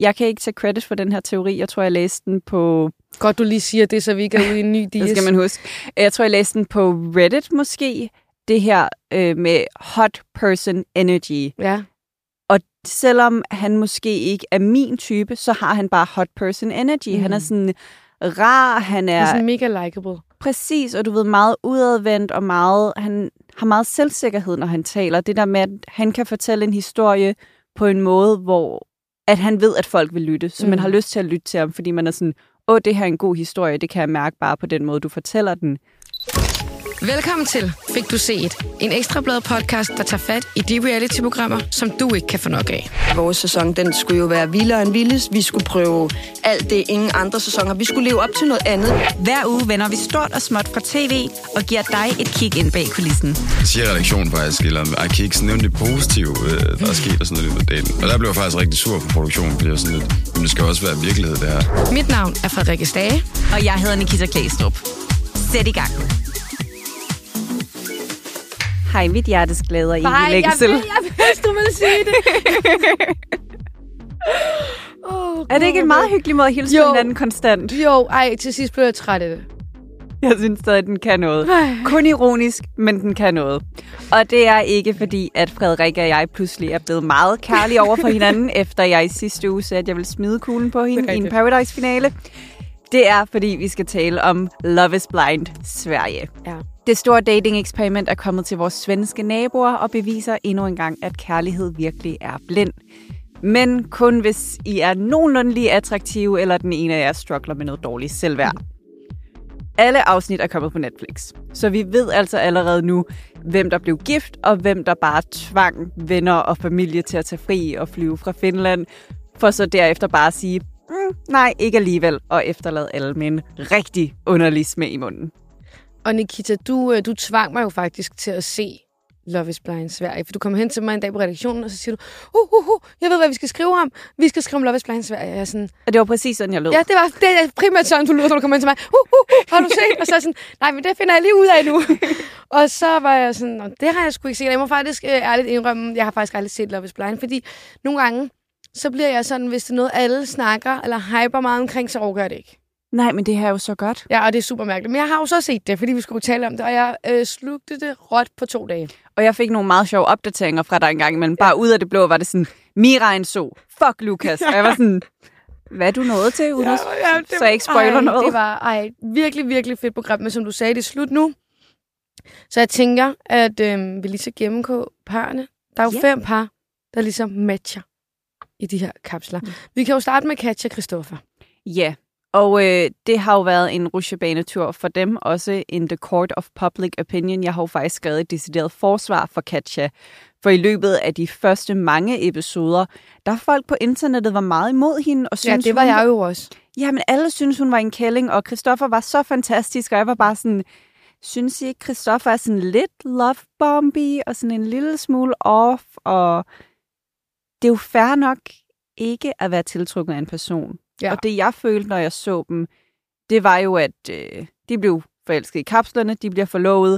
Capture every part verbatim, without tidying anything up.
jeg kan ikke tage credit for den her teori. Jeg tror, jeg læste den på... Godt, du lige siger det, så vi ikke er ude i en ny dias. Det skal man huske. Jeg tror, jeg læste den på Reddit måske. Det her øh, med hot person energy. Ja. Og selvom han måske ikke er min type, så har han bare hot person energy. Mm. Han er sådan rar, han er... Han er sådan mega likable. Præcis, og du ved, meget udadvendt og meget... Han har meget selvsikkerhed, når han taler. Det der med, at han kan fortælle en historie på en måde, hvor at han ved, at folk vil lytte. Så mm. man har lyst til at lytte til ham, fordi man er sådan, åh, det her er en god historie, det kan jeg mærke bare på den måde, du fortæller den. Velkommen til Fik du set? En ekstrablad podcast, der tager fat i de reality-programmer, som du ikke kan få nok af. Vores sæson, den skulle jo være vildere end vildest. Vi skulle prøve alt det, ingen andre sæsoner. Vi skulle leve op til noget andet. Hver uge vender vi stort og småt fra tv og giver dig et kig ind bag kulissen. Jeg siger redaktionen faktisk, eller jeg kan ikke nævne det positive, der er sket og sådan noget i dagen. Og der blev jeg faktisk rigtig sur på produktionen, fordi jeg sådan lidt, men det skal også være virkelighed, det her. Mit navn er Frederikke Stage. Og jeg hedder Nikita Klæstrup. Sæt i gang. Hej, mit hjertes glæder i Nej, længsel. jeg ved, jeg vidste, du ville sige det. oh, er det ikke en meget hyggelig måde at hilse på hinanden konstant? Jo, ej, til sidst blev jeg træt af det. Jeg synes stadig, at den kan noget. Kun ironisk, men den kan noget. Og det er ikke fordi, at Frederikke og jeg pludselig er blevet meget kærlige over for hinanden, efter jeg i sidste uge sagde, at jeg ville smide kuglen på hende i en Paradise-finale. Det er, fordi vi skal tale om Love is Blind Sverige. Ja. Det store dating-eksperiment er kommet til vores svenske naboer og beviser endnu en gang, at kærlighed virkelig er blind. Men kun hvis I er nogenlunde lige attraktive, eller den ene af jer struggler med noget dårligt selvværd. Alle afsnit er kommet på Netflix, så vi ved altså allerede nu, hvem der blev gift, og hvem der bare tvang venner og familie til at tage fri og flyve fra Finland, for så derefter bare at sige, mm, nej, ikke alligevel, og efterlade alle med en rigtig underlig smag i munden. Og Nikita, du, du tvang mig jo faktisk til at se Love is Blind Sverige, for du kom hen til mig en dag på redaktionen, og så siger du, uh, uh, uh, jeg ved, hvad vi skal skrive om. Vi skal skrive om Love is Blind Sverige. Jeg er sådan, og det var præcis sådan, jeg lød. Ja, det var det er primært sådan, du lød, når du kom hen til mig. Uh, uh, uh, har du set? Og så sådan, nej, men det finder jeg lige ud af nu. Og så var jeg sådan, det har jeg sgu ikke set. Jeg må faktisk øh, ærligt indrømme, jeg har faktisk aldrig set Love is Blind, fordi nogle gange, så bliver jeg sådan, hvis det er noget, alle snakker eller hyper meget omkring, så overgår det ikke. Nej, men det her er jo så godt. Ja, og det er super mærkeligt. Men jeg har jo så set det, fordi vi skulle tale om det, og jeg øh, slugte det råt på to dage. Og jeg fik nogle meget sjove opdateringer fra dig engang, men bare ja. Ud af det blå var det sådan, Mira så, fuck Lukas. Og jeg var sådan, hvad er du nået til, uden ja, ja, det, så jeg ikke spoiler ej, noget? Det var ej, virkelig, virkelig fedt program, men som du sagde, det er slut nu. Så jeg tænker, at øh, vi lige skal gennemgå parerne. Der er jo yeah. fem par, der ligesom matcher i de her kapsler. Mm. Vi kan jo starte med Katja og Christoffer. Ja. Yeah. Og øh, det har jo været en rutsjebanetur for dem, også in the court of public opinion. Jeg har jo faktisk skrevet et decideret forsvar for Katja. For i løbet af de første mange episoder, der folk på internettet var meget imod hende. Og synes, ja, det var hun, jeg jo også. Ja, men alle synes hun var en kælling, og Christoffer var så fantastisk, og jeg var bare sådan, synes I ikke, Christoffer er sådan lidt lovebomby, og sådan en lille smule off, og det er jo fair nok ikke at være tiltrukket af en person. Ja. Og det, jeg følte, når jeg så dem, det var jo, at øh, de blev forelsket i kapslerne, de bliver forlovet.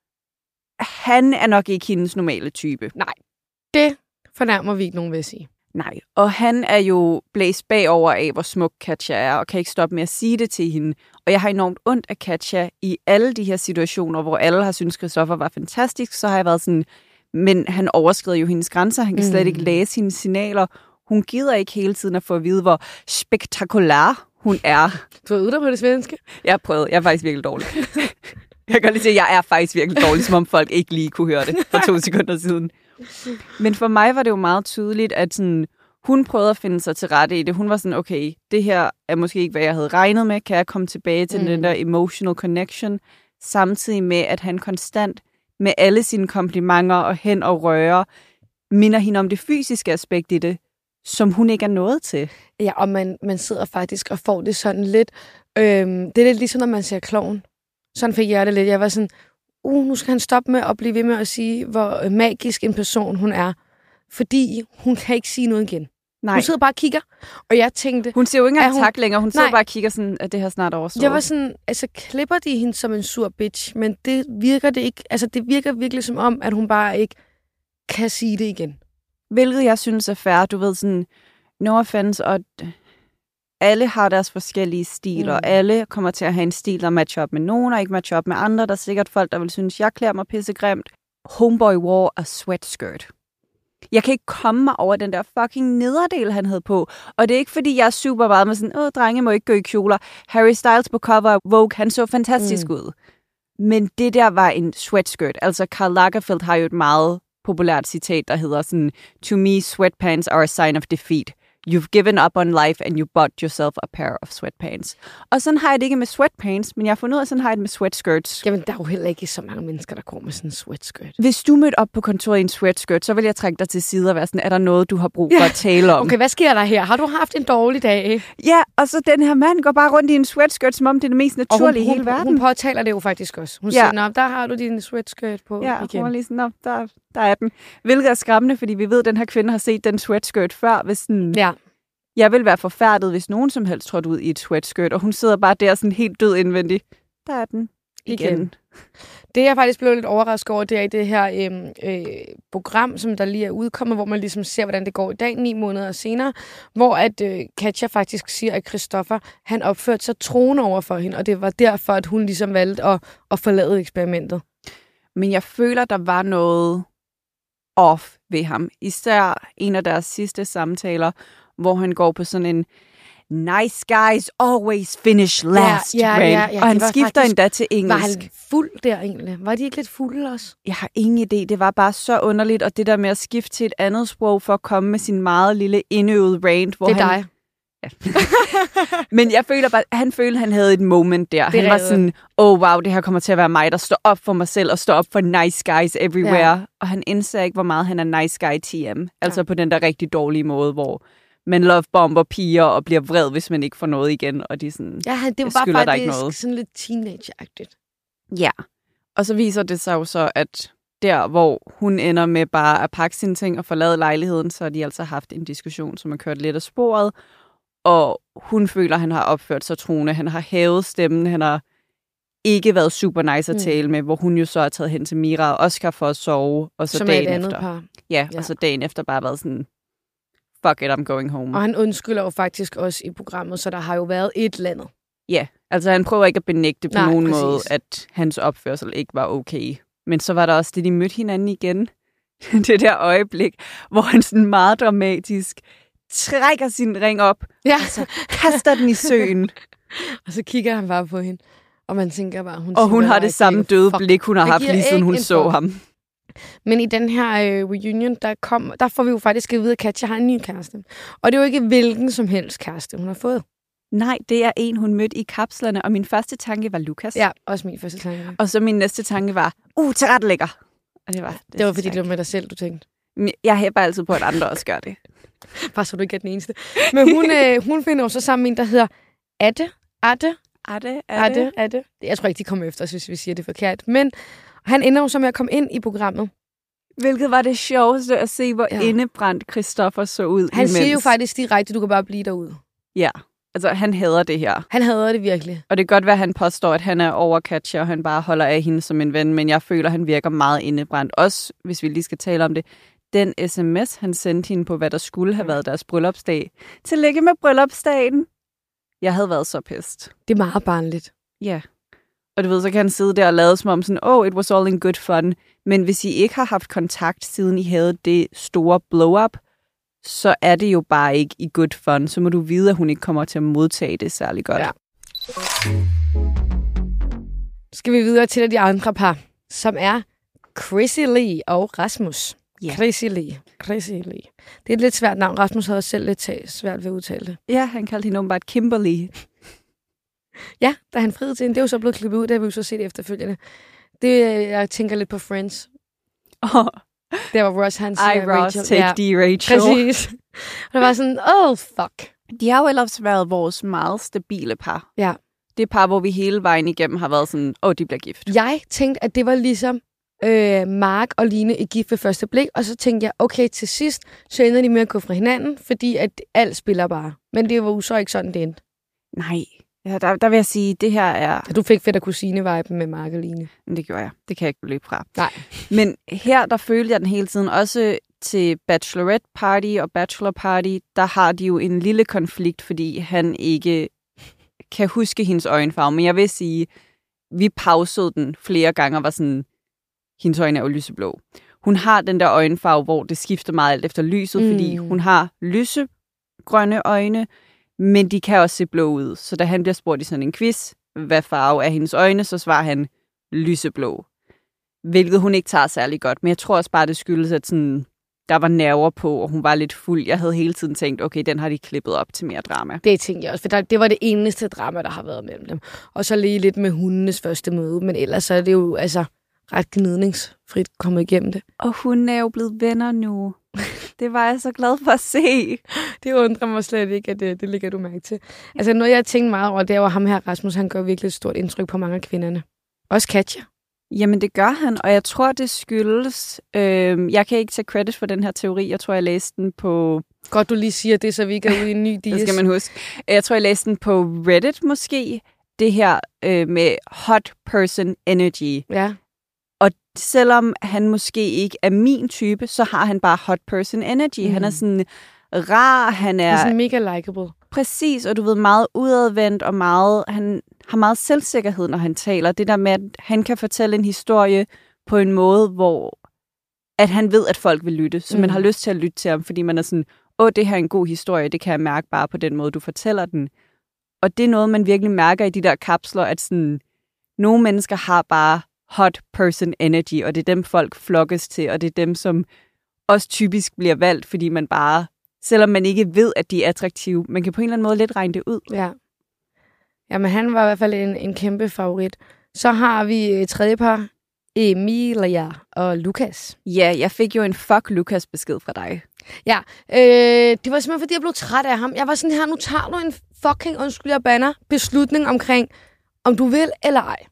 Han er nok ikke hendes normale type. Nej, det fornærmer vi ikke nogen ved at sige. Nej, og han er jo blæst bagover af, hvor smuk Katja er, og kan ikke stoppe med at sige det til hende. Og jeg har enormt ondt af Katja i alle de her situationer, hvor alle har syntes, Christoffer var fantastisk, så har jeg været sådan, men han overskrider jo hendes grænser, han kan mm. slet ikke læse hendes signaler. Hun gider ikke hele tiden at få at vide, hvor spektakulær hun er. Du har ude på det svenske? Jeg har prøvet. Jeg er faktisk virkelig dårlig. Jeg kan lige sige, at jeg er faktisk virkelig dårlig, som om folk ikke lige kunne høre det for to sekunder siden. Men for mig var det jo meget tydeligt, at sådan, hun prøvede at finde sig til rette i det. Hun var sådan, okay, det her er måske ikke, hvad jeg havde regnet med. Kan jeg komme tilbage til mm. den der emotional connection? Samtidig med, at han konstant med alle sine komplimenter og hen og røre minder hende om det fysiske aspekt i det, som hun ikke er nået til. Ja, og man, man sidder faktisk og får det sådan lidt... Øhm, det er lidt ligesom, når man ser Klovn. Sådan fik jeg det lidt. Jeg var sådan, uh, nu skal han stoppe med at blive ved med at sige, hvor magisk en person hun er. Fordi hun kan ikke sige noget igen. Nej. Hun sidder bare og kigger, og jeg tænkte... Hun siger jo ikke engang hun... tak længere. Hun sidder nej. bare og kigger sådan, at det her snart overstået. Jeg var sådan, altså klipper de hende som en sur bitch, men det virker det ikke... Altså det virker virkelig som om, at hun bare ikke kan sige det igen. Hvilket jeg synes er fair. Du ved sådan, no offense, og alle har deres forskellige stiler, mm. alle kommer til at have en stil, der matcher op med nogen, og ikke matcher op med andre. Der er sikkert folk, der vil synes, jeg klæder mig pissegrimt. Homeboy wore a sweatskirt. Jeg kan ikke komme mig over den der fucking nederdel, han havde på. Og det er ikke, fordi jeg er super meget med sådan, åh, drenge må ikke gå i kjoler. Harry Styles på cover af Vogue, han så fantastisk mm. ud. Men det der var en sweatskirt. Altså, Karl Lagerfeld har jo et meget populært citat, der hedder sådan, to me, sweatpants are a sign of defeat. You've given up on life, and you bought yourself a pair of sweatpants. Og sådan har jeg det ikke med sweatpants, men jeg har fundet ud af, at sådan har jeg det med sweatskirts. Jamen, der er jo heller ikke så mange mennesker, der går med sådan en sweatskirt. Hvis du mødte op på kontoret i en sweatskirt, så vil jeg trække dig til side og være sådan, er der noget, du har brug for ja. at tale om? Okay, hvad sker der her? Har du haft en dårlig dag? Ja, og så den her mand går bare rundt i en sweatskirt, som om det er det mest naturlige hun, i hele verden. Hun påtaler det jo faktisk også. Hun ja. siger, nå, der har du din sweatskirt på ja, igen. Ja, hun lige sådan, nå, der, der er den. Hvilket er skræmmende, fordi vi ved, at den her kvinde har set den sweatskirt før, hvis sådan... Ja. Jeg vil være forfærdet, hvis nogen som helst trådte ud i et sweatskirt, og hun sidder bare der sådan helt død indvendigt. Der er den igen. igen. Det jeg faktisk blev lidt overrasket over, det er i det her øh, øh, program, som der lige er udkommet, hvor man ligesom ser, hvordan det går i dag, ni måneder senere, hvor at øh, Katja faktisk siger, at Christoffer, han opførte sig troende over for hende, og det var derfor, at hun ligesom valgte at, at forlade eksperimentet. Men jeg føler, der var noget off ved ham. Især en af deres sidste samtaler, hvor han går på sådan en nice guys always finish last ja, ja, rant. Ja, ja, og han skifter faktisk, endda til engelsk. Var han fuld der egentlig? Var de ikke lidt fulde også? Jeg har ingen idé. Det var bare så underligt. Og det der med at skifte til et andet sprog for at komme med sin meget lille indøvede rant. Hvor det er han... dig. Ja. Men jeg føler bare, han følte, han havde et moment der. Det han var sådan, oh wow, det her kommer til at være mig, der står op for mig selv og står op for nice guys everywhere. Ja. Og han indser ikke, hvor meget han er nice guy T M. Altså ja. på den der rigtig dårlige måde, hvor man lovebomber piger og bliver vred, hvis man ikke får noget igen. Og de sådan, ja, det var bare faktisk sådan lidt teenage-agtigt. Ja, og så viser det sig jo så, at der, hvor hun ender med bare at pakke sine ting og forlade lejligheden, så har de altså haft en diskussion, som har kørt lidt af sporet. Og hun føler, at han har opført sig truende. Han har hævet stemmen. Han har ikke været super nice at tale mm. med, hvor hun jo så er taget hen til Mira og Oscar for at sove. Og så som dagen et andet efter. par. Ja, ja, og så dagen efter bare været sådan, fuck it, I'm going home. Og han undskylder jo faktisk også i programmet, så der har jo været et eller andet. Ja, altså han prøver ikke at benægte på Nej, nogen præcis. måde, at hans opførsel ikke var okay. Men så var der også det, de mødte hinanden igen. Det der øjeblik, hvor han sådan meget dramatisk trækker sin ring op, ja. og så kaster den i søen. Og så kigger han bare på hende, og man tænker bare, hun Og hun har det samme døde fuck. blik, hun har haft, lige siden hun så fuck. ham. Men i den her øh, reunion, der, kom, der får vi jo faktisk at vide, at Katja har en ny kæreste. Og det er jo ikke hvilken som helst kæreste, hun har fået. Nej, det er en, hun mødte i kapslerne, og min første tanke var Lukas. Ja, også min første tanke. Og så min næste tanke var, uh, tilrettelægger. Og det var det, det var fordi, det var med dig selv, du tænkte. Jeg hæpper altid på, at andre også gør det. Bare så du ikke er den eneste. Men hun, øh, hun finder jo så sammen med en, der hedder Adde. Adde. Adde. Adde. Adde. Jeg tror ikke, de kommer efter os, hvis vi siger det forkert. Men han ender jo så med at komme ind i programmet. Hvilket var det sjoveste at se, hvor ja. indebrændt Christoffer så ud. Han imens. siger jo faktisk direkte, du kan bare blive derude. Ja, altså han hader det her. Han hader det virkelig. Og det kan godt være, at han påstår, at han er over Katja, og han bare holder af hende som en ven. Men jeg føler, at han virker meget indebrændt. Også, hvis vi lige skal tale om det. Den sms, han sendte hende på, hvad der skulle have været deres bryllupsdag. Tillykke med bryllupsdagen. Jeg havde været så pissed. Det er meget barnligt. Ja. Og du ved, så kan han sidde der og lade som om sådan, oh, it was all in good fun. Men hvis I ikke har haft kontakt, siden I havde det store blow-up, så er det jo bare ikke i good fun. Så må du vide, at hun ikke kommer til at modtage det særlig godt. Ja. Skal vi videre til de andre par, som er Chrissy Lee og Rasmus. Yeah. Chrissy Lee. Chrissy Lee. Det er et lidt svært navn. Rasmus havde selv lidt svært ved at udtale det. Ja, han kaldte hende åbenbart Kimberly. Ja, da han friede til hende. Det er jo så blevet klippet ud, det har vi jo så set efterfølgende. Det, jeg tænker lidt på Friends. Oh. Der var Ross, han siger I, Ross, Rachel. take ja, D, Rachel. Præcis. Og det var sådan, oh, fuck. De har jo ellers været vores meget stabile par. Ja. Det par, hvor vi hele vejen igennem har været sådan, åh, oh, de bliver gift. Jeg tænkte, at det var ligesom øh, Mark og Line i gift ved første blik, og så tænkte jeg, okay, til sidst, så ender de med at gå fra hinanden, fordi at alt spiller bare. Men det var jo så ikke sådan, det endte. Nej. Ja, der, der vil jeg sige, det her er... Du fik fedt af kusine-viben med Mark og Line. Det gjorde jeg. Det kan jeg ikke løbe fra. Nej. Men her, der følte jeg den hele tiden. Også til bachelorette party og bachelor party, der har de jo en lille konflikt, fordi han ikke kan huske hendes øjenfarve. Men jeg vil sige, vi pausede den flere gange og var sådan, hendes øjne er jo lyseblå. Hun har den der øjenfarve, hvor det skifter meget alt efter lyset, mm. fordi hun har lysegrønne øjne, men de kan også se blå ud. Så da han bliver spurgt i sådan en quiz, hvad farve er hendes øjne, så svarer han lyseblå. Hvilket hun ikke tager særlig godt. Men jeg tror også bare, det skyldes, at sådan, der var nerver på, og hun var lidt fuld. Jeg havde hele tiden tænkt, okay, den har de klippet op til mere drama. Det tænkte jeg også, for der, det var det eneste drama, der har været mellem dem. Og så lige lidt med hundenes første møde, men ellers så er det jo altså ret gnidningsfrit kommet igennem det. Og hun er jo blevet venner nu. Det var jeg så glad for at se. Det undrer mig slet ikke, at det, det ligger du mærke til. Altså noget, jeg har tænkt meget over, det er jo ham her, Rasmus, han gør virkelig et stort indtryk på mange af kvinderne. Også Katja. Jamen, det gør han, og jeg tror, det skyldes... Øh, jeg kan ikke tage credit for den her teori. Jeg tror, jeg læste den på... Godt, du lige siger det, så vi ikke er ude i en ny dias. Det skal man huske. Jeg tror, jeg læste den på Reddit måske. Det her øh, med hot person energy. Ja. Og selvom han måske ikke er min type, så har han bare hot person energy. Mm. Han er sådan rar, han er... Han er sådan mega likable. Præcis, og du ved, meget udadvendt og meget... Han har meget selvsikkerhed, når han taler. Det der med, at han kan fortælle en historie på en måde, hvor at han ved, at folk vil lytte. Så mm. man har lyst til at lytte til ham, fordi man er sådan, åh, det her er en god historie, det kan jeg mærke bare på den måde, du fortæller den. Og det er noget, man virkelig mærker i de der kapsler, at sådan, nogle mennesker har bare hot person energy, og det er dem, folk flokkes til, og det er dem, som også typisk bliver valgt, fordi man bare, selvom man ikke ved, at de er attraktive, man kan på en eller anden måde lidt regne det ud. Ja. Jamen, han var i hvert fald en, en kæmpe favorit. Så har vi tredje par, Emilia og Lukas. Ja, jeg fik jo en fuck Lukas besked fra dig. Ja, øh, det var simpelthen, fordi jeg blev træt af ham. Jeg var sådan her, nu tager du en fucking, undskyld jeg bander, beslutning omkring, om du vil eller ej.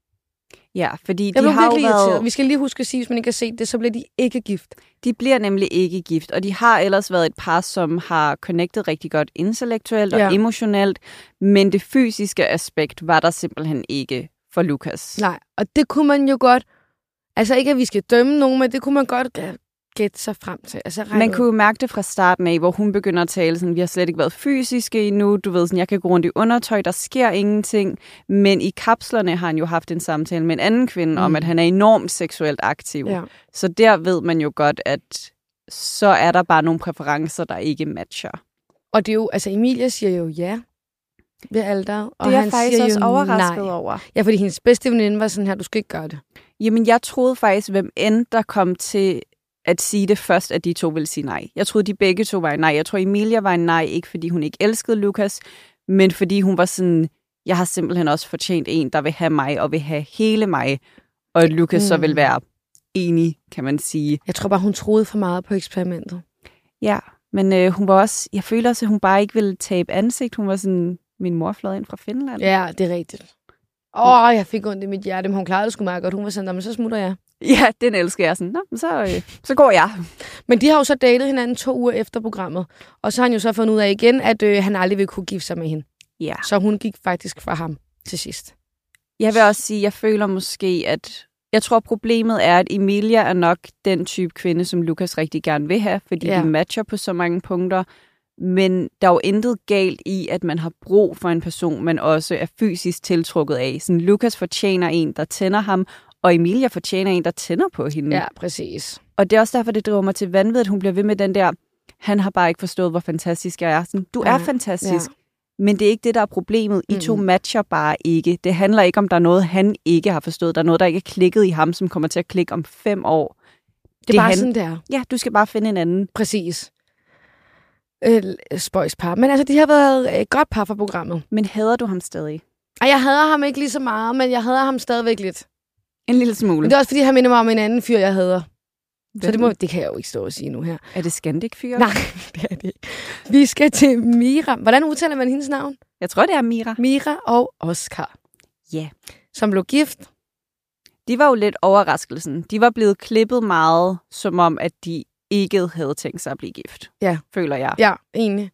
Ja, fordi jeg de har jo været... irriteret. Vi skal lige huske at sige, hvis man ikke har set det, så bliver de ikke gift. De bliver nemlig ikke gift, og de har ellers været et par, som har connectet rigtig godt intellektuelt og ja. emotionelt, men det fysiske aspekt var der simpelthen ikke for Lukas. Nej, og det kunne man jo godt, altså ikke at vi skal dømme nogen, men det kunne man godt gætte sig frem til. Altså, man kunne jo mærke det fra starten af, hvor hun begynder at tale sådan, vi har slet ikke været fysiske endnu, du ved sådan, jeg kan gå rundt i undertøj, der sker ingenting, men i kapslerne har han jo haft en samtale med en anden kvinde mm. om, at han er enormt seksuelt aktiv. Ja. Så der ved man jo godt, at så er der bare nogle præferencer, der ikke matcher. Og det er jo, altså Emilia siger jo ja ved alder, og det er han faktisk siger også jo overrasket nej. over. Ja, fordi hendes bedste veninde var sådan her, du skal ikke gøre det. Jamen, jeg troede faktisk, hvem end der kom til at sige det først, at de to ville sige nej. Jeg troede, de begge to var en nej. Jeg tror, Emilia var en nej, ikke fordi hun ikke elskede Lukas, men fordi hun var sådan, jeg har simpelthen også fortjent en, der vil have mig og vil have hele mig. Og Lukas mm. så vil være enig, kan man sige. Jeg tror bare, hun troede for meget på eksperimentet. Ja, men øh, hun var også, jeg føler også, at hun bare ikke ville tabe ansigt. Hun var sådan, min mor fløj ind fra Finland. Ja, det er rigtigt. Åh, oh, jeg fik ondt i mit hjerte, men hun klarede det sgu meget godt. Hun var sådan, men så smutter jeg. Ja, den elsker jeg sådan. Nå, så, øh, så går jeg. Men de har jo så datet hinanden to uger efter programmet. Og så har han jo så fundet ud af igen, at øh, han aldrig ville kunne gifte sig med hende. Ja. Så hun gik faktisk fra ham til sidst. Jeg vil også sige, jeg føler måske, at jeg tror, problemet er, at Emilia er nok den type kvinde, som Lukas rigtig gerne vil have, fordi ja. de matcher på så mange punkter. Men der er jo intet galt i, at man har brug for en person, man også er fysisk tiltrukket af. Sådan, Lukas fortjener en, der tænder ham, og Emilia fortjener en, der tænder på hende. Ja, præcis. Og det er også derfor, det driver mig til vanvid, at hun bliver ved med den der, han har bare ikke forstået, hvor fantastisk jeg er. Sådan, du ja. er fantastisk, ja. men det er ikke det, der er problemet. I mm-hmm. to matcher bare ikke. Det handler ikke om, der er noget, han ikke har forstået. Der er noget, der ikke er klikket i ham, som kommer til at klikke om fem år. Det er det bare han... sådan, det er. Ja, du skal bare finde en anden. Præcis. Øh, spøjspar. Men altså, de har været et godt par for programmet. Men hader du ham stadig? Ej, jeg hader ham ikke lige så meget, men jeg hader ham stadigvæk lidt. En lille smule. Men det er også, fordi han minder mig om en anden fyr, jeg hader. Så det, må, det kan jeg jo ikke stå og sige nu her. Er det Scandic-fyr? Nej, det er det ikke. Vi skal til Mira. Hvordan udtaler man hendes navn? Jeg tror, det er Mira. Mira og Oscar. Ja. Yeah. Som blev gift. De var jo lidt overraskelsen. De var blevet klippet meget, som om, at de ikke havde tænkt sig at blive gift. Ja. Føler jeg. Ja, egentlig.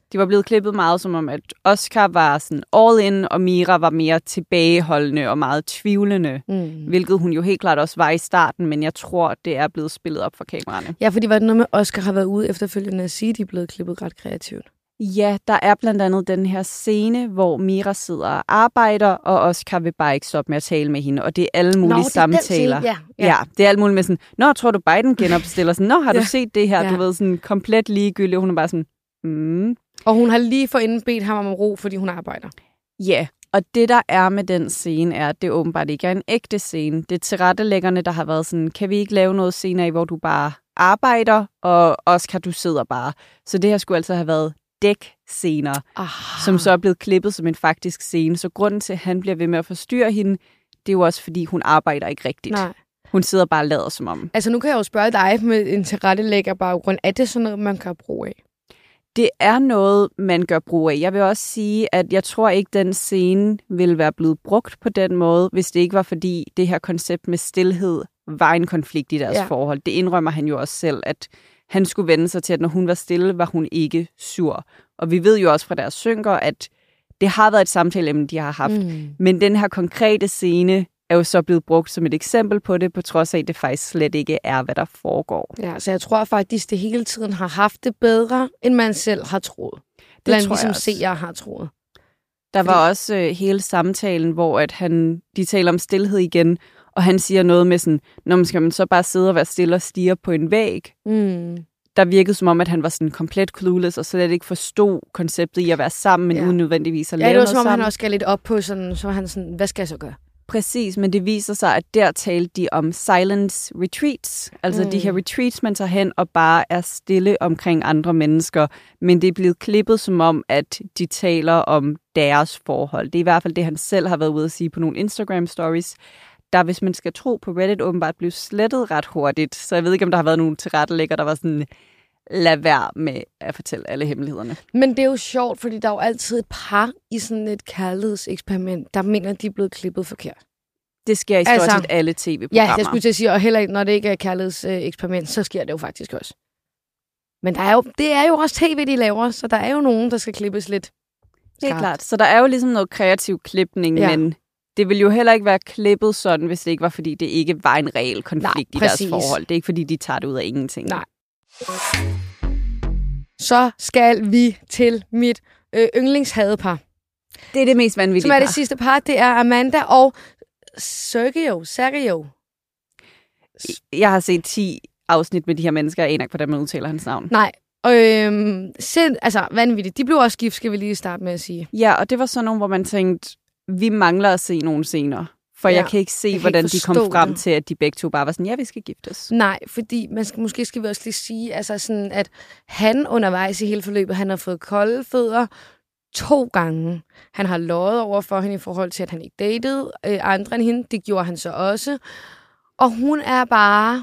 De var blevet klippet meget som om, at Oscar var sådan all in, og Mira var mere tilbageholdende og meget tvivlende. Mm. Hvilket hun jo helt klart også var i starten, men jeg tror, det er blevet spillet op for kameraerne. Ja, fordi var det noget med, Oscar har været ude efterfølgende at sige, at de er blevet klippet ret kreativt. Ja, der er blandt andet den her scene, hvor Mira sidder og arbejder, og Oscar vil bare ikke stoppe med at tale med hende, og det er alle mulige Nå, det er samtaler. ja, ja. ja, det er alt muligt med sådan, nå, tror du Biden genopstiller? Sådan, nå, har du ja. set det her? Ja. Du ved, sådan komplet ligegyldig, og hun er bare sådan, mm. Og hun har lige forinden bedt ham om ro, fordi hun arbejder. Ja, og det der er med den scene, er, at det åbenbart ikke er en ægte scene. Det er tilrettelæggerne, der har været sådan, kan vi ikke lave noget senere i, hvor du bare arbejder, og Oscar, du sidder bare. Så det her skulle altså have været dækscener, som så er blevet klippet som en faktisk scene. Så grunden til, at han bliver ved med at forstyrre hende, det er jo også, fordi hun arbejder ikke rigtigt. Nej. Hun sidder bare og lader som om. Altså nu kan jeg jo spørge dig med en tilrettelægger baggrund. Er det sådan noget, man kan bruge af? Det er noget, man gør brug af. Jeg vil også sige, at jeg tror ikke, den scene ville være blevet brugt på den måde, hvis det ikke var, fordi det her koncept med stilhed var en konflikt i deres ja. forhold. Det indrømmer han jo også selv, at han skulle vende sig til, at når hun var stille, var hun ikke sur. Og vi ved jo også fra deres synker, at det har været et samtaleemne, de har haft. Mm. Men den her konkrete scene er jo så blevet brugt som et eksempel på det, på trods af, at det faktisk slet ikke er, hvad der foregår. Ja, så jeg tror faktisk, det hele tiden har haft det bedre, end man selv har troet. Det Blandt tror ligesom seere har troet. Der var Fordi... også øh, hele samtalen, hvor at han, de taler om stilhed igen, og han siger noget med sådan, når man skal man så bare sidde og være stille og stirre på en væg. Mm. Der virkede som om, at han var sådan komplet clueless, og slet ikke forstod konceptet i at være sammen, men ja. uden nødvendigvis at lave noget noget sammen. Ja, det var som om, sammen. han også skal lidt op på sådan, så var han sådan, hvad skal jeg så gøre? Præcis, men det viser sig, at der talte de om silence retreats. Altså mm. de her retreats, man tager hen og bare er stille omkring andre mennesker. Men det er blevet klippet som om, at de taler om deres forhold. Det er i hvert fald det, han selv har været ude at sige på nogle Instagram-stories. Der, hvis man skal tro på Reddit, åbenbart blev slettet ret hurtigt. Så jeg ved ikke, om der har været nogle tilrettelæggere, der var sådan, lad være med at fortælle alle hemmelighederne. Men det er jo sjovt, fordi der er jo altid et par i sådan et kærlighedseksperiment, der mener, at de er blevet klippet forkert. Det sker i stort set altså, alle tv-programmer. Ja, jeg skulle til at sige, og heller ikke, når det ikke er kærlighedseksperiment, så sker det jo faktisk også. Men der er jo, det er jo også tv, de laver, så der er jo nogen, der skal klippes lidt skarpt. Det er klart. Så der er jo ligesom noget kreativ klipning, ja. Men det ville jo heller ikke være klippet sådan, hvis det ikke var, fordi det ikke var en reel konflikt Nej, i deres forhold. Det er ikke, fordi de tager det ud af ingenting. Nej. Så skal vi til mit øh, yndlingshadepar. Det er det mest vanvittige Som er par. det sidste par, det er Amanda og Sergio. Sergio. Jeg har set ti afsnit med de her mennesker, og en ikke, hvordan man udtaler hans navn. Nej. Øhm, sind, altså vanvittigt. De blev også gift, skal vi lige starte med at sige. Ja, og det var sådan nogle, hvor man tænkte, vi mangler at se nogle scener. For ja, jeg kan ikke se, kan hvordan ikke de kom frem det. til, at de begge to bare var sådan, ja, vi skal giftes. Nej, fordi man skal, måske skal vi også lige sige, altså sådan, at han undervejs i hele forløbet, han har fået kolde fødder to gange. Han har løjet over for hende i forhold til, at han ikke datede øh, andre end hende. Det gjorde han så også. Og hun er bare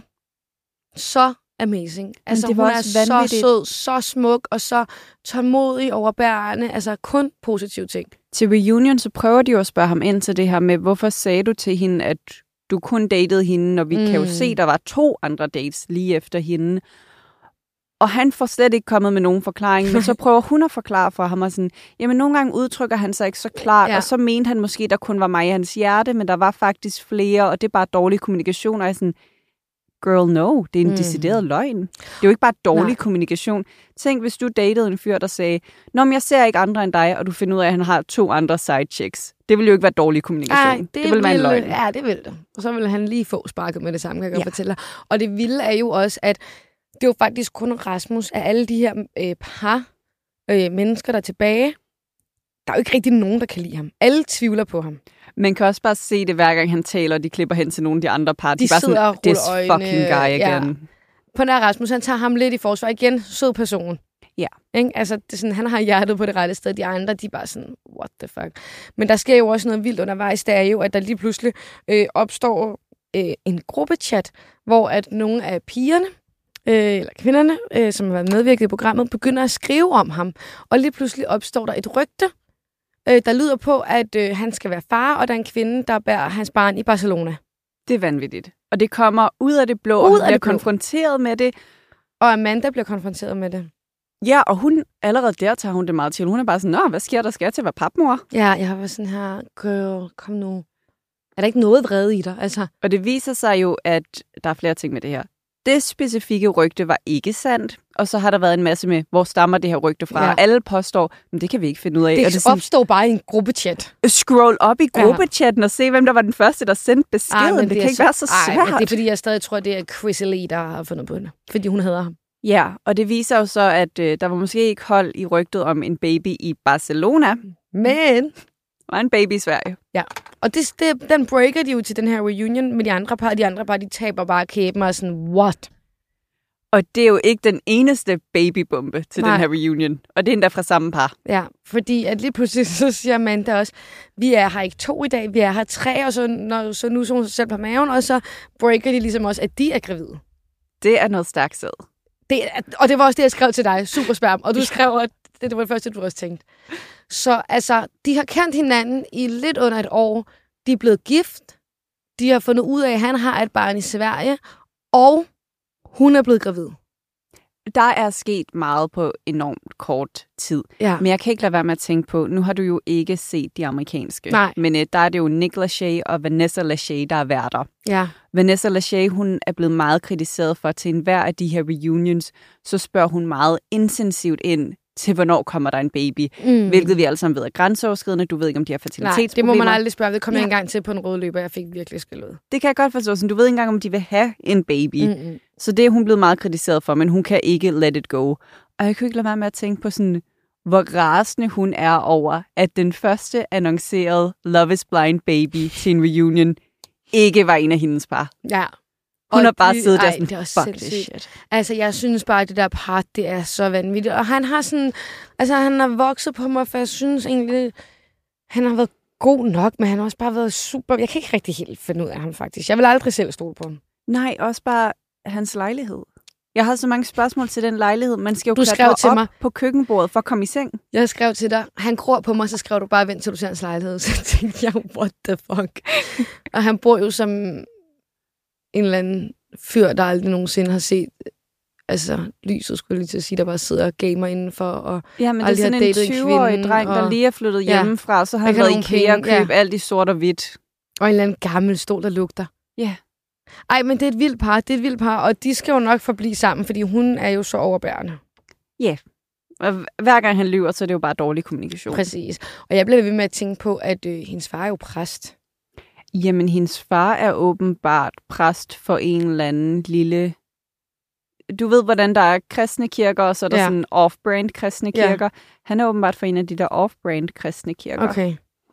så amazing. Altså, hun er så sød, så smuk og så tålmodig over bærene. Altså, kun positive ting. Til reunion, så prøver de jo at spørge ham ind til det her med, hvorfor sagde du til hende, at du kun datede hende, når vi mm. kan jo se, der var to andre dates lige efter hende. Og han får slet ikke kommet med nogen forklaring, men så prøver hun at forklare for ham, og sådan, jamen nogle gange udtrykker han sig ikke så klart, ja. Og så mente han måske, der kun var mig i hans hjerte, men der var faktisk flere, og det er bare dårlig kommunikation, og jeg sådan, girl, no, det er en mm. decideret løgn. Det er jo ikke bare dårlig Nej. kommunikation. Tænk, hvis du datede en fyr, der sagde, nå, men jeg ser ikke andre end dig, og du finder ud af, at han har to andre side chicks. Det ville jo ikke være dårlig kommunikation. Ej, det, det ville være en løgn. Ja, det ville det. Og så ville han lige få sparket med det samme, kan jeg ja. godt fortælle dig. Og det vilde er jo også, at det er jo faktisk kun Rasmus af alle de her øh, par øh, mennesker, der er tilbage. Der er jo ikke rigtig nogen, der kan lide ham. Alle tvivler på ham. Man kan også bare se det, hver gang han taler, og de klipper hen til nogle af de andre par. De, de bare sådan, this fucking guy igen. Ja. På nær Rasmus, han tager ham lidt i forsvar igen. Sød person. Ja. Ikke? Altså, det er sådan, han har hjertet på det rette sted. De andre, de er bare sådan, what the fuck. Men der sker jo også noget vildt undervejs. Det er jo, at der lige pludselig øh, opstår øh, en gruppechat, hvor at nogle af pigerne, øh, eller kvinderne, øh, som har været medvirket i programmet, begynder at skrive om ham. Og lige pludselig opstår der et rygte, øh, der lyder på, at øh, han skal være far, og der er en kvinde, der bærer hans barn i Barcelona. Det er vanvittigt. Og det kommer ud af det blå, ud og han bliver konfronteret med det. Og Amanda bliver konfronteret med det. Ja, og hun, allerede der tager hun det meget til. Hun er bare sådan, nå, hvad sker der? Skal jeg til at være papmor? Ja, jeg har været sådan her, girl, kom nu. Er der ikke noget vrede i dig? Altså. Og det viser sig jo, at der er flere ting med det her. Det specifikke rygte var ikke sandt, og så har der været en masse med, hvor stammer det her rygte fra. Ja. Alle påstår, men det kan vi ikke finde ud af. Det, og det sådan, opstår bare i en gruppechat. Scroll op i gruppechatten ja. og se, hvem der var den første, der sendte beskeden. Ej, det, det kan ikke så, være så svært. Ej, men det er fordi, jeg stadig tror, det er Chrissy Lee, der har fundet på det. Fordi hun hedder ham. Ja, og det viser jo så, at øh, der var måske ikke hold i rygtet om en baby i Barcelona. Men var en baby i Sverige. Ja, og det, det, den breaker de jo til den her reunion med de andre par. De andre par, de taber bare kæben og sådan, what? Og det er jo ikke den eneste babybombe til Nej. den her reunion. Og det er endda fra samme par. Ja, fordi at lige pludselig så siger Amanda også, vi er her ikke to i dag, vi er her tre, og så, når, så nu så hun sig selv på maven, og så breaker de ligesom også, at de er gravide. Det er noget stærkt sæd. Det, og det var også det, jeg skrev til dig. Super sperm. Og du skrev, at det, det var det første, du også tænkte. Så altså, de har kendt hinanden i lidt under et år. De er blevet gift. De har fundet ud af, at han har et barn i Sverige. Og hun er blevet gravid. Der er sket meget på enormt kort tid. Ja. Men jeg kan ikke lade være med at tænke på, nu har du jo ikke set de amerikanske. Nej. Men øh, der er det jo Nick Lachey og Vanessa Lachey, der er værter. Ja. Vanessa Lachey, hun er blevet meget kritiseret for, til enhver af de her reunions, så spørger hun meget intensivt ind til, hvornår kommer der en baby. Mm. Hvilket vi alle sammen ved er grænseoverskridende. Du ved ikke, om de har fertilitetsproblemer. Nej, det må man aldrig spørge. Det kom jeg ja. engang til på en rød løber, jeg fik virkelig skæld ud. Det kan jeg godt forstå. Så du ved ikke engang, om de vil have en baby. Mm-hmm. Så det er hun blevet meget kritiseret for, men hun kan ikke let it go. Og jeg kan ikke lade være med at tænke på sådan, hvor rasende hun er over, at den første annoncerede Love is Blind baby til en reunion ikke var en af hendes par. Ja. Hun har bare siddet der sådan, fuck this shit. Altså, jeg synes bare, at det der par, det er så vanvittigt. Og han har sådan, altså han har vokset på mig, for jeg synes egentlig, han har været god nok, men han har også bare været super. Jeg kan ikke rigtig helt finde ud af ham, faktisk. Jeg vil aldrig selv stole på ham. Nej, også bare hans lejlighed. Jeg har så mange spørgsmål til den lejlighed. Man skal jo du skrev til op mig på køkkenbordet for at komme i seng. Jeg skrev til dig, han gror på mig, så skrev du bare, vent til du ser hans lejlighed. Så tænkte jeg, what the fuck? Og han bor jo som en eller anden fyr, der aldrig nogensinde har set altså lyset, skulle jeg lige til at sige, der bare sidder og gamer indenfor. Og ja, men det er sådan en tyve-årig dreng, og der lige er flyttet ja, hjemmefra, og så har han været i IKEA og købt ja. alt i sort og hvidt. Og en eller anden gammel stol, der lugter. Ja. Ej, men det er et vildt par, det er et vildt par, og de skal jo nok forblive sammen, fordi hun er jo så overbærende. Ja. Og hver gang han lyver, så er det jo bare dårlig kommunikation. Præcis. Og jeg bliver ved med at tænke på, at øh, hendes far er jo præst. Jamen, hendes far er åbenbart præst for en eller anden lille... Du ved, hvordan der er kristne kirker, og så er der ja. sådan off-brand kristne kirker. Ja. Han er åbenbart for en af de der off-brand kristne kirker. Okay.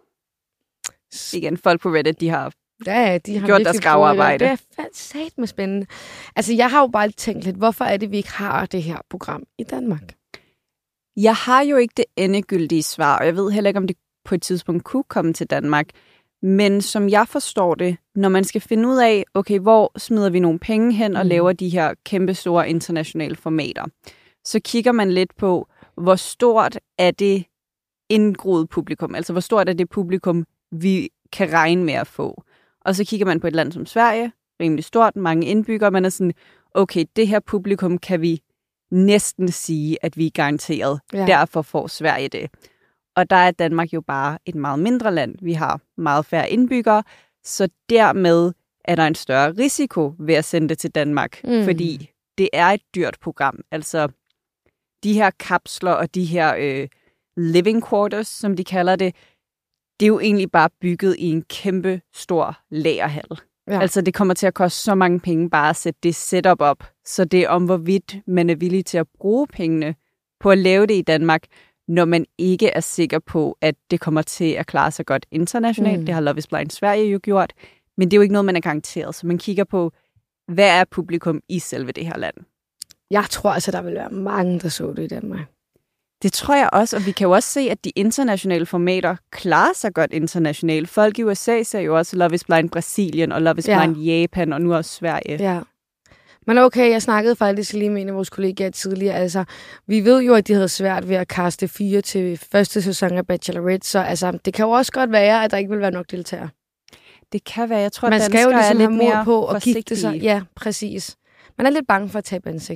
Igen, folk på Reddit, de har, ja, de har gjort deres gravarbejde. Det er sat med spændende. Altså, jeg har jo bare tænkt lidt, hvorfor er det, vi ikke har det her program i Danmark? Jeg har jo ikke det endegyldige svar, og jeg ved heller ikke, om det på et tidspunkt kunne komme til Danmark. Men som jeg forstår det, når man skal finde ud af, okay, hvor smider vi nogle penge hen og mm. laver de her kæmpe store internationale formater, så kigger man lidt på, hvor stort er det indgroet publikum, altså hvor stort er det publikum, vi kan regne med at få. Og så kigger man på et land som Sverige, rimelig stort, mange indbyggere, man er sådan, okay, det her publikum kan vi næsten sige, at vi er garanteret. Ja. Derfor får Sverige det. Og der er Danmark jo bare et meget mindre land. Vi har meget færre indbyggere, så dermed er der en større risiko ved at sende det til Danmark, mm. fordi det er et dyrt program. Altså, de her kapsler og de her øh, living quarters, som de kalder det, det er jo egentlig bare bygget i en kæmpe stor lagerhal. Ja. Altså, det kommer til at koste så mange penge bare at sætte det setup op. Så det er om, hvorvidt man er villig til at bruge pengene på at lave det i Danmark, når man ikke er sikker på, at det kommer til at klare sig godt internationalt. Mm. Det har Love is Blind Sverige jo gjort. Men det er jo ikke noget, man er garanteret. Så man kigger på, hvad er publikum i selve det her land? Jeg tror altså, der vil være mange, der så det i Danmark. Det tror jeg også, og vi kan jo også se, at de internationale formater klarer sig godt internationalt. Folk i U S A ser jo også Love is Blind Brasilien og Love is ja. Blind Japan og nu også Sverige. Ja. Men okay, jeg snakkede faktisk lige med en af vores kollegaer tidligere. Altså, vi ved jo, at de havde svært ved at kaste fire til første sæson af Bachelorette, så altså, det kan jo også godt være, at der ikke vil være nok deltagere. Det kan være. Jeg tror, man at skal jo ligesom er lidt have mod mere på at gifte sig. Ja, præcis. Man er lidt bange for at tabe ansigt.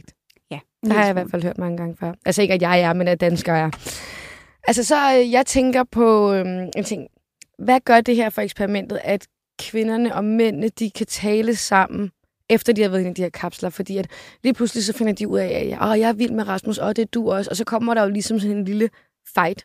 Ja. Det har jeg i hvert fald hørt mange gange før. Altså ikke, at jeg er, men at danskere er. Altså så, øh, jeg tænker på øhm, en ting. Hvad gør det her for eksperimentet, at kvinderne og mændene, de kan tale sammen, efter de har været inde i de her kapsler? Fordi at lige pludselig så finder de ud af, at jeg, jeg er vild med Rasmus, og det er du også. Og så kommer der jo ligesom sådan en lille fight.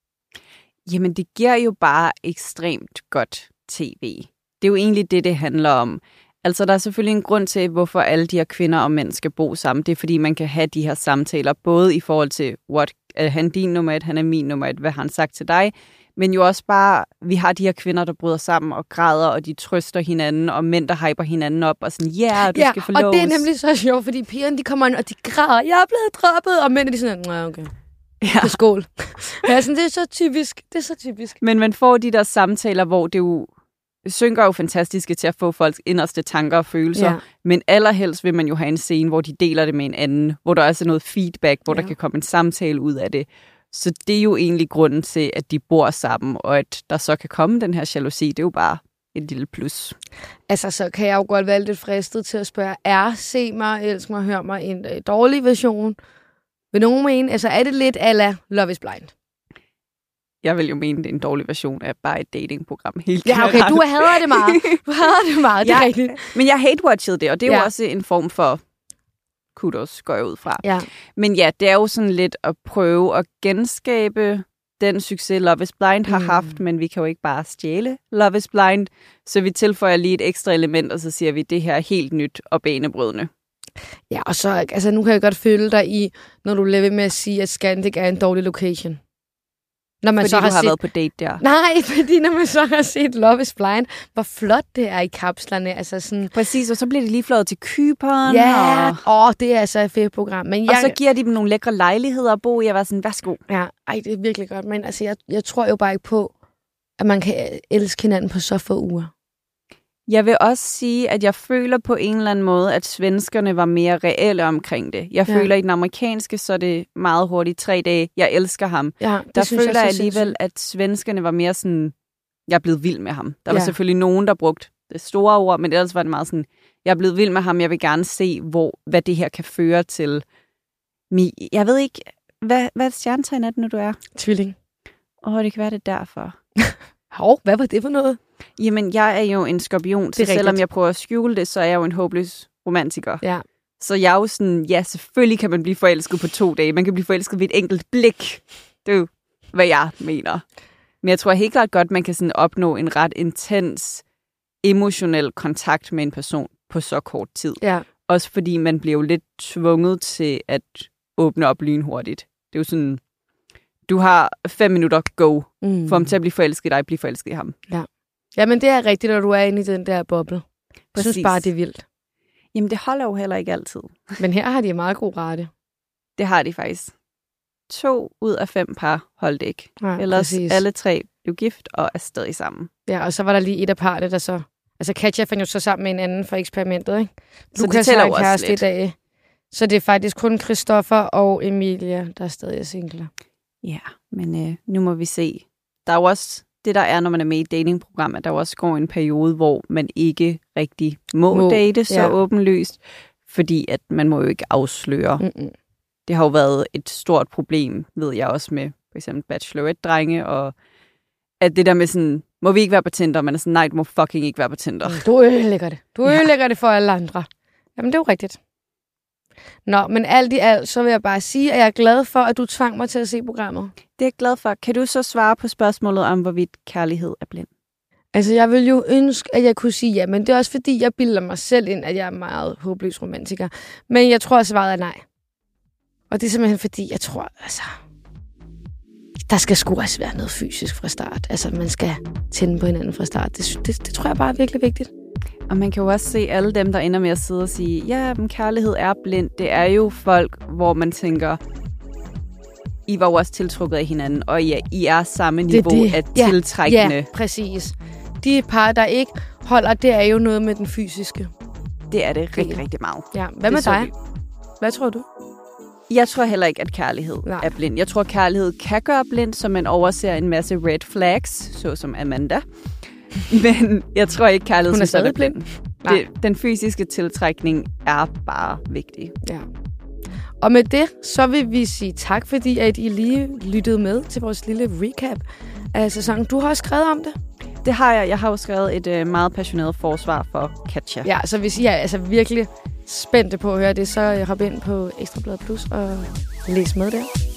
Jamen, det giver jo bare ekstremt godt tv. Det er jo egentlig det, det handler om. Altså, der er selvfølgelig en grund til, hvorfor alle de her kvinder og mænd skal bo sammen. Det er, fordi man kan have de her samtaler, både i forhold til, what, er han din nummer et, han er min nummer et, hvad har han sagt til dig? Men jo også bare, vi har de her kvinder, der bryder sammen og græder, og de trøster hinanden, og mænd, der hyper hinanden op, og sådan, yeah, du ja, skal forloves. og det er nemlig så sjovt, fordi pigerne, de kommer ind, og de græder, jeg er blevet droppet, og mændene, de er sådan, nej, okay. Ja. På skål. Ja, sådan, det er så typisk, det er så typisk. Men man får de der samtaler, hvor det jo synker jo fantastiske til at få folks inderste tanker og følelser, ja. Men allerhelst vil man jo have en scene, hvor de deler det med en anden, hvor der også er noget feedback, hvor ja. Der kan komme en samtale ud af det. Så det er jo egentlig grunden til, at de bor sammen, og at der så kan komme den her jalousi, det er jo bare et lille plus. Altså, så kan jeg jo godt være lidt fristet til at spørge, er Se mig, Elsk mig, Hør mig en øh, dårlig version? Vil nogen mene, altså er det lidt a la Love is Blind? Jeg vil jo mene, det er en dårlig version af bare et datingprogram. Helt ja, okay, du hader det meget. Du hader det meget, det er ja, rigtigt. Men jeg hate-watchede det, og det er ja. Jo også en form for kudos, går jeg ud fra. Ja. Men ja, det er jo sådan lidt at prøve at genskabe den succes, Love is Blind har mm. haft, men vi kan jo ikke bare stjæle Love is Blind, så vi tilføjer lige et ekstra element, og så siger vi, det her er helt nyt og banebrydende. Ja, og så, altså nu kan jeg godt føle dig i, når du lever med at sige, at Scandic er en dårlig location. Når man fordi så har, du har set... været på date der. Nej, fordi når man så har set Love is Blind, hvor flot det er i kapslerne. Altså sådan... Præcis, og så bliver det lige flået til Cypern. Ja, og... åh, det er altså et fedt program. Men jeg... Og så giver de dem nogle lækre lejligheder at bo i. Jeg var sådan, værsgo. Ja, ej, det er virkelig godt. Men altså, jeg, jeg tror jo bare ikke på, at man kan elske hinanden på så få uger. Jeg vil også sige, at jeg føler på en eller anden måde, at svenskerne var mere reelle omkring det. Jeg ja. føler, at i den amerikanske, så er det meget hurtigt tre dage. Jeg elsker ham. Ja, der føler jeg, jeg alligevel, sindssygt. At svenskerne var mere sådan, jeg er blevet vild med ham. Der var ja. selvfølgelig nogen, der brugte det store ord, men ellers var det meget sådan, jeg er blevet vild med ham. Jeg vil gerne se, hvor, hvad det her kan føre til. Jeg ved ikke, hvad, hvad stjernetegn er det, når du er? Tvilling. Åh, det kan være det derfor. Hov, hvad var det for noget? Jamen, jeg er jo en skorpion, så selvom jeg prøver at skjule det, så er jeg jo en håbløs romantiker. Ja. Så jeg er jo sådan, ja, selvfølgelig kan man blive forelsket på to dage. Man kan blive forelsket ved et enkelt blik. Det er jo, hvad jeg mener. Men jeg tror helt klart godt, man kan sådan opnå en ret intens, emotionel kontakt med en person på så kort tid. Ja. Også fordi man bliver jo lidt tvunget til at åbne op lynhurtigt. Det er jo sådan, du har fem minutter, go. Mm. For ham til at blive forelsket i dig, blive forelsket i ham. Ja. Jamen, det er rigtigt, når du er inde i den der boble. Jeg synes bare, det er vildt. Jamen, det holder jo heller ikke altid. Men her har de meget god rate. Det har de faktisk. To ud af fem par holdt ikke. Ja, ellers præcis. Alle tre blev gift og er stadig sammen. Ja, og så var der lige et af parret, der så... Altså, Katja fandt jo så sammen med en anden for eksperimentet, ikke? Så Lukas det tæller jo også lidt. I dag. Så det er faktisk kun Christoffer og Emilia, der er stadig singler. Ja, men øh, nu må vi se. Der er jo også... Det der er, når man er med i datingprogram, at der også går en periode, hvor man ikke rigtig må, må date så ja. åbenlyst, fordi at man må jo ikke afsløre. Mm-mm. Det har jo været et stort problem, ved jeg også med for eksempel bachelorette-drenge, og at det der med sådan, må vi ikke være på Tinder? Man er sådan, nej, du må fucking ikke være på Tinder. Du ødelægger det. Du ødelægger ja. det for alle andre. Jamen, det er jo rigtigt. Nå, men alt i alt, så vil jeg bare sige, at jeg er glad for, at du tvang mig til at se programmet. Det er jeg glad for. Kan du så svare på spørgsmålet om, hvorvidt kærlighed er blind? Altså, jeg vil jo ønske, at jeg kunne sige ja, men det er også fordi, jeg bilder mig selv ind, at jeg er meget håbløs romantiker. Men jeg tror, at svaret er nej. Og det er simpelthen fordi, jeg tror, altså... Der skal sgu også være noget fysisk fra start. Altså, man skal tænde på hinanden fra start. Det, det, det tror jeg bare er virkelig vigtigt. Og man kan jo også se alle dem, der ender med at sidde og sige, ja, men kærlighed er blind. Det er jo folk, hvor man tænker, I var jo også tiltrukket af hinanden, og ja, I er samme niveau det, det. af ja, tiltrækkende. Ja, præcis. De par, der ikke holder, det er jo noget med den fysiske. Det er det rigtig, rigtig meget. Ja. Hvad med dig? Hvad tror du? Jeg tror heller ikke, at kærlighed Nej. er blind. Jeg tror, kærlighed kan gøre blind, så man overser en masse red flags, såsom Amanda. Men jeg tror ikke, kærlighed er stadig blind. Det, den fysiske tiltrækning er bare vigtig. Ja. Og med det, så vil vi sige tak, fordi at I lige lyttede med til vores lille recap af sæsonen. Du har også skrevet om det. Det har jeg. Jeg har jo skrevet et øh, meget passioneret forsvar for Katja. Ja, så hvis I er altså virkelig spændte på at høre det, så hop ind på Ekstra Bladet Plus og læs med der.